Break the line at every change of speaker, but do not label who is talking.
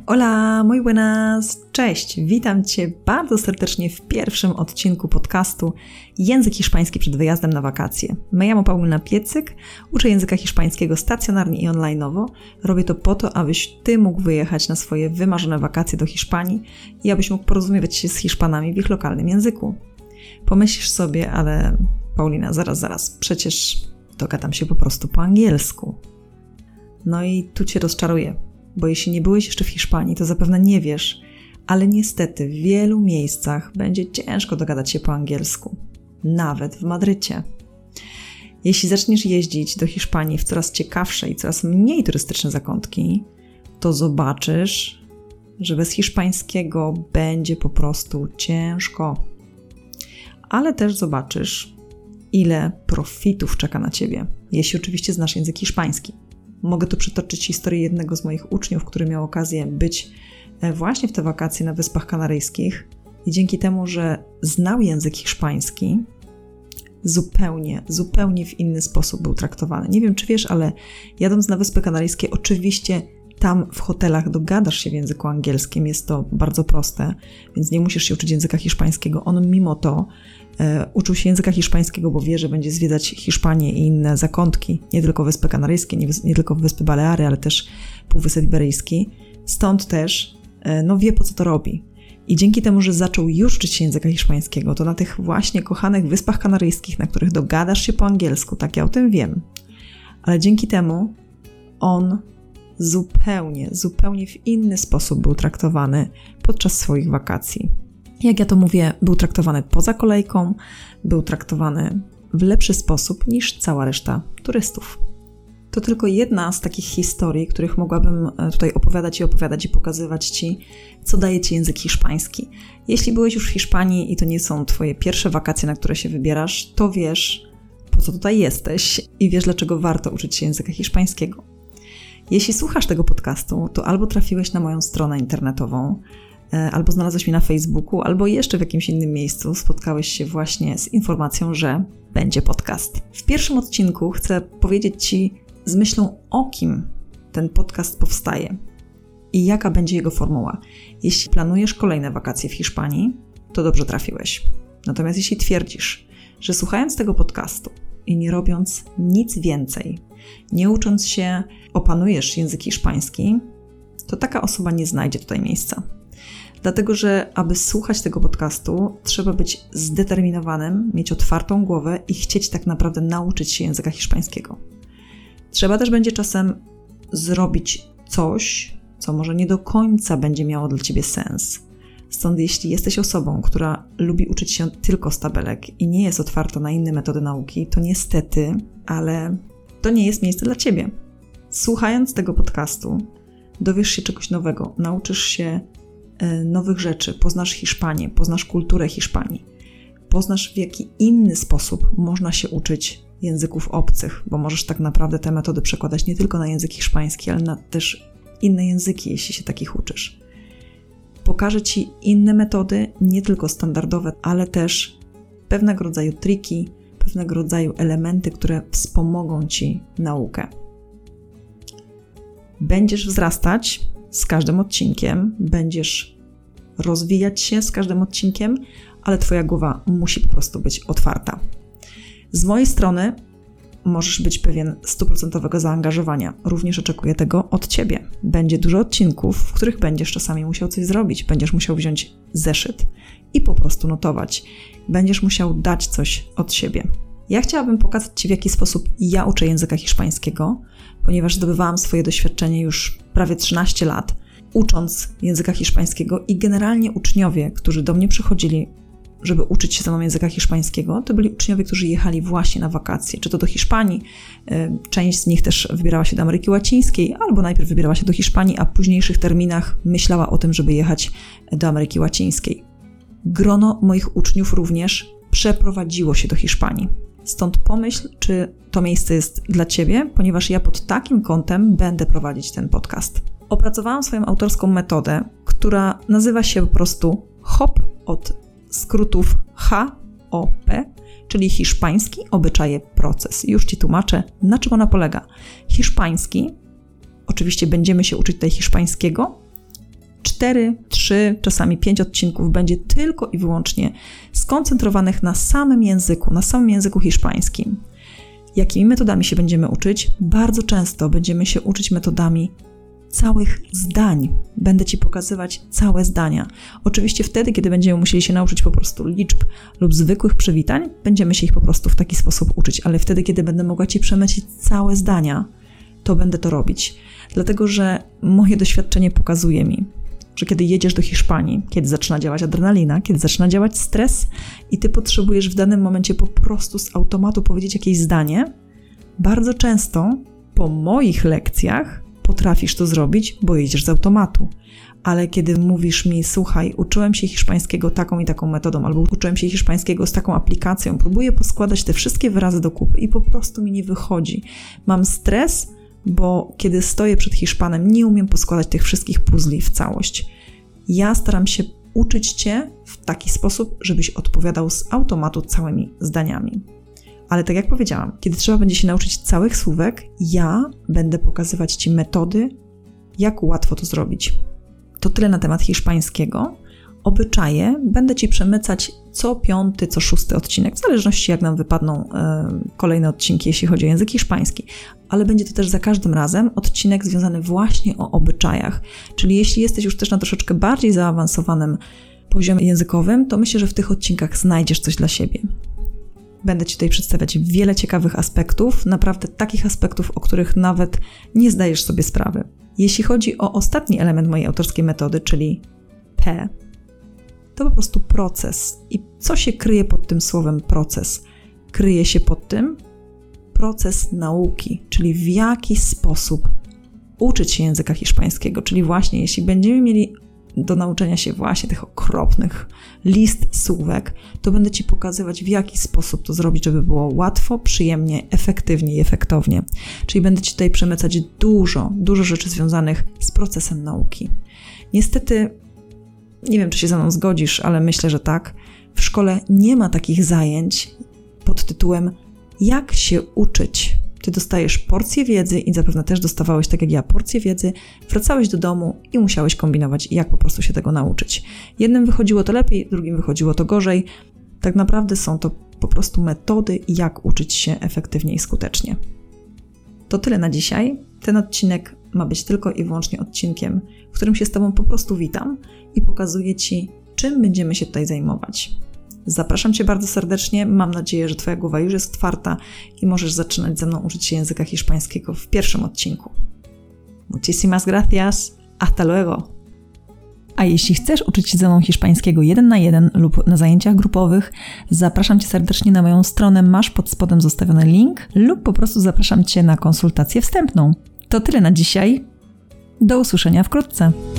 Hola, muy buenas, cześć, witam Cię bardzo serdecznie w pierwszym odcinku podcastu Język hiszpański przed wyjazdem na wakacje. Me llamo Paulina Piecyk, uczę języka hiszpańskiego stacjonarnie i online'owo. Robię to po to, abyś Ty mógł wyjechać na swoje wymarzone wakacje do Hiszpanii i abyś mógł porozumiewać się z Hiszpanami w ich lokalnym języku. Pomyślisz sobie, ale Paulina, zaraz, przecież dogadam się po prostu po angielsku. No i tu Cię rozczaruję. Bo jeśli nie byłeś jeszcze w Hiszpanii, to zapewne nie wiesz, ale niestety w wielu miejscach będzie ciężko dogadać się po angielsku, nawet w Madrycie. Jeśli zaczniesz jeździć do Hiszpanii w coraz ciekawsze i coraz mniej turystyczne zakątki, to zobaczysz, że bez hiszpańskiego będzie po prostu ciężko. Ale też zobaczysz, ile profitów czeka na Ciebie, jeśli oczywiście znasz język hiszpański. Mogę tu przytoczyć historię jednego z moich uczniów, który miał okazję być właśnie w te wakacje na Wyspach Kanaryjskich i dzięki temu, że znał język hiszpański, zupełnie w inny sposób był traktowany. Nie wiem, czy wiesz, ale jadąc na Wyspy Kanaryjskie, oczywiście tam w hotelach dogadasz się w języku angielskim, jest to bardzo proste, więc nie musisz się uczyć języka hiszpańskiego. On mimo to uczył się języka hiszpańskiego, bo wie, że będzie zwiedzać Hiszpanię i inne zakątki, nie tylko Wyspy Kanaryjskie, nie tylko Wyspy Baleary, ale też Półwysep Iberyjski. Stąd też wie, po co to robi. I dzięki temu, że zaczął już uczyć się języka hiszpańskiego, to na tych właśnie kochanych Wyspach Kanaryjskich, na których dogadasz się po angielsku, tak ja o tym wiem, ale dzięki temu on zupełnie w inny sposób był traktowany podczas swoich wakacji. Jak ja to mówię, był traktowany poza kolejką, był traktowany w lepszy sposób niż cała reszta turystów. To tylko jedna z takich historii, których mogłabym tutaj opowiadać i pokazywać Ci, co daje Ci język hiszpański. Jeśli byłeś już w Hiszpanii i to nie są Twoje pierwsze wakacje, na które się wybierasz, to wiesz, po co tutaj jesteś i wiesz, dlaczego warto uczyć się języka hiszpańskiego. Jeśli słuchasz tego podcastu, to albo trafiłeś na moją stronę internetową, albo znalazłeś mnie na Facebooku, albo jeszcze w jakimś innym miejscu spotkałeś się właśnie z informacją, że będzie podcast. W pierwszym odcinku chcę powiedzieć Ci z myślą, o kim ten podcast powstaje i jaka będzie jego formuła. Jeśli planujesz kolejne wakacje w Hiszpanii, to dobrze trafiłeś. Natomiast jeśli twierdzisz, że słuchając tego podcastu i nie robiąc nic więcej, nie ucząc się, opanujesz język hiszpański, to taka osoba nie znajdzie tutaj miejsca. Dlatego, że aby słuchać tego podcastu, trzeba być zdeterminowanym, mieć otwartą głowę i chcieć tak naprawdę nauczyć się języka hiszpańskiego. Trzeba też będzie czasem zrobić coś, co może nie do końca będzie miało dla Ciebie sens. Stąd jeśli jesteś osobą, która lubi uczyć się tylko z tabelek i nie jest otwarta na inne metody nauki, to niestety, ale to nie jest miejsce dla Ciebie. Słuchając tego podcastu, dowiesz się czegoś nowego, nauczysz się nowych rzeczy, poznasz Hiszpanię, poznasz kulturę Hiszpanii, poznasz w jaki inny sposób można się uczyć języków obcych, bo możesz tak naprawdę te metody przekładać nie tylko na język hiszpański, ale na też inne języki, jeśli się takich uczysz. Pokażę Ci inne metody, nie tylko standardowe, ale też pewnego rodzaju triki, pewnego rodzaju elementy, które wspomogą Ci naukę. Będziesz wzrastać z każdym odcinkiem, będziesz rozwijać się z każdym odcinkiem, ale Twoja głowa musi po prostu być otwarta. Z mojej strony możesz być pewien 100% zaangażowania. Również oczekuję tego od Ciebie. Będzie dużo odcinków, w których będziesz czasami musiał coś zrobić. Będziesz musiał wziąć zeszyt i po prostu notować. Będziesz musiał dać coś od siebie. Ja chciałabym pokazać Ci, w jaki sposób ja uczę języka hiszpańskiego, ponieważ zdobywałam swoje doświadczenie już prawie 13 lat, ucząc języka hiszpańskiego i generalnie uczniowie, którzy do mnie przychodzili, żeby uczyć się ze mną języka hiszpańskiego, to byli uczniowie, którzy jechali właśnie na wakacje, czy to do Hiszpanii. Część z nich też wybierała się do Ameryki Łacińskiej, albo najpierw wybierała się do Hiszpanii, a w późniejszych terminach myślała o tym, żeby jechać do Ameryki Łacińskiej. Grono moich uczniów również przeprowadziło się do Hiszpanii. Stąd pomyśl, czy to miejsce jest dla Ciebie, ponieważ ja pod takim kątem będę prowadzić ten podcast. Opracowałam swoją autorską metodę, która nazywa się po prostu HOP od skrótów HOP, czyli hiszpański, obyczaje, proces. Już Ci tłumaczę, na czym ona polega. Hiszpański, oczywiście będziemy się uczyć tutaj hiszpańskiego, 4, 3, czasami 5 odcinków będzie tylko i wyłącznie skoncentrowanych na samym języku hiszpańskim. Jakimi metodami się będziemy uczyć? Bardzo często będziemy się uczyć metodami całych zdań. Będę Ci pokazywać całe zdania. Oczywiście wtedy, kiedy będziemy musieli się nauczyć po prostu liczb lub zwykłych przywitań, będziemy się ich po prostu w taki sposób uczyć, ale wtedy, kiedy będę mogła Ci przemycić całe zdania, to będę to robić. Dlatego, że moje doświadczenie pokazuje mi, że kiedy jedziesz do Hiszpanii, kiedy zaczyna działać adrenalina, kiedy zaczyna działać stres i Ty potrzebujesz w danym momencie po prostu z automatu powiedzieć jakieś zdanie, bardzo często po moich lekcjach potrafisz to zrobić, bo jedziesz z automatu. Ale kiedy mówisz mi, słuchaj, uczyłem się hiszpańskiego taką i taką metodą, albo uczyłem się hiszpańskiego z taką aplikacją, próbuję poskładać te wszystkie wyrazy do kupy i po prostu mi nie wychodzi. Mam stres, bo kiedy stoję przed Hiszpanem, nie umiem poskładać tych wszystkich puzli w całość. Ja staram się uczyć Cię w taki sposób, żebyś odpowiadał z automatu całymi zdaniami. Ale tak jak powiedziałam, kiedy trzeba będzie się nauczyć całych słówek, ja będę pokazywać Ci metody, jak łatwo to zrobić. To tyle na temat hiszpańskiego. Obyczaje będę Ci przemycać co 5., co 6 odcinek, w zależności jak nam wypadną kolejne odcinki, jeśli chodzi o język hiszpański. Ale będzie to też za każdym razem odcinek związany właśnie o obyczajach. Czyli jeśli jesteś już też na troszeczkę bardziej zaawansowanym poziomie językowym, to myślę, że w tych odcinkach znajdziesz coś dla siebie. Będę Ci tutaj przedstawiać wiele ciekawych aspektów, naprawdę takich aspektów, o których nawet nie zdajesz sobie sprawy. Jeśli chodzi o ostatni element mojej autorskiej metody, czyli P, to po prostu proces. I co się kryje pod tym słowem proces? Kryje się pod tym proces nauki, czyli w jaki sposób uczyć się języka hiszpańskiego, czyli właśnie jeśli będziemy mieli do nauczenia się właśnie tych okropnych list słówek, to będę Ci pokazywać, w jaki sposób to zrobić, żeby było łatwo, przyjemnie, efektywnie i efektownie. Czyli będę Ci tutaj przemycać dużo rzeczy związanych z procesem nauki. Niestety, nie wiem, czy się ze mną zgodzisz, ale myślę, że tak. W szkole nie ma takich zajęć pod tytułem jak się uczyć. Ty dostajesz porcję wiedzy i zapewne też dostawałeś, tak jak ja, porcję wiedzy, wracałeś do domu i musiałeś kombinować, jak po prostu się tego nauczyć. Jednym wychodziło to lepiej, drugim wychodziło to gorzej. Tak naprawdę są to po prostu metody, jak uczyć się efektywnie i skutecznie. To tyle na dzisiaj. Ten odcinek ma być tylko i wyłącznie odcinkiem, w którym się z Tobą po prostu witam i pokazuję Ci, czym będziemy się tutaj zajmować. Zapraszam Cię bardzo serdecznie, mam nadzieję, że Twoja głowa już jest otwarta i możesz zaczynać ze mną uczyć się języka hiszpańskiego w pierwszym odcinku. Muchísimas gracias, hasta luego! A jeśli chcesz uczyć się ze mną hiszpańskiego 1 na 1 lub na zajęciach grupowych, zapraszam Cię serdecznie na moją stronę, masz pod spodem zostawiony link lub po prostu zapraszam Cię na konsultację wstępną. To tyle na dzisiaj, do usłyszenia wkrótce.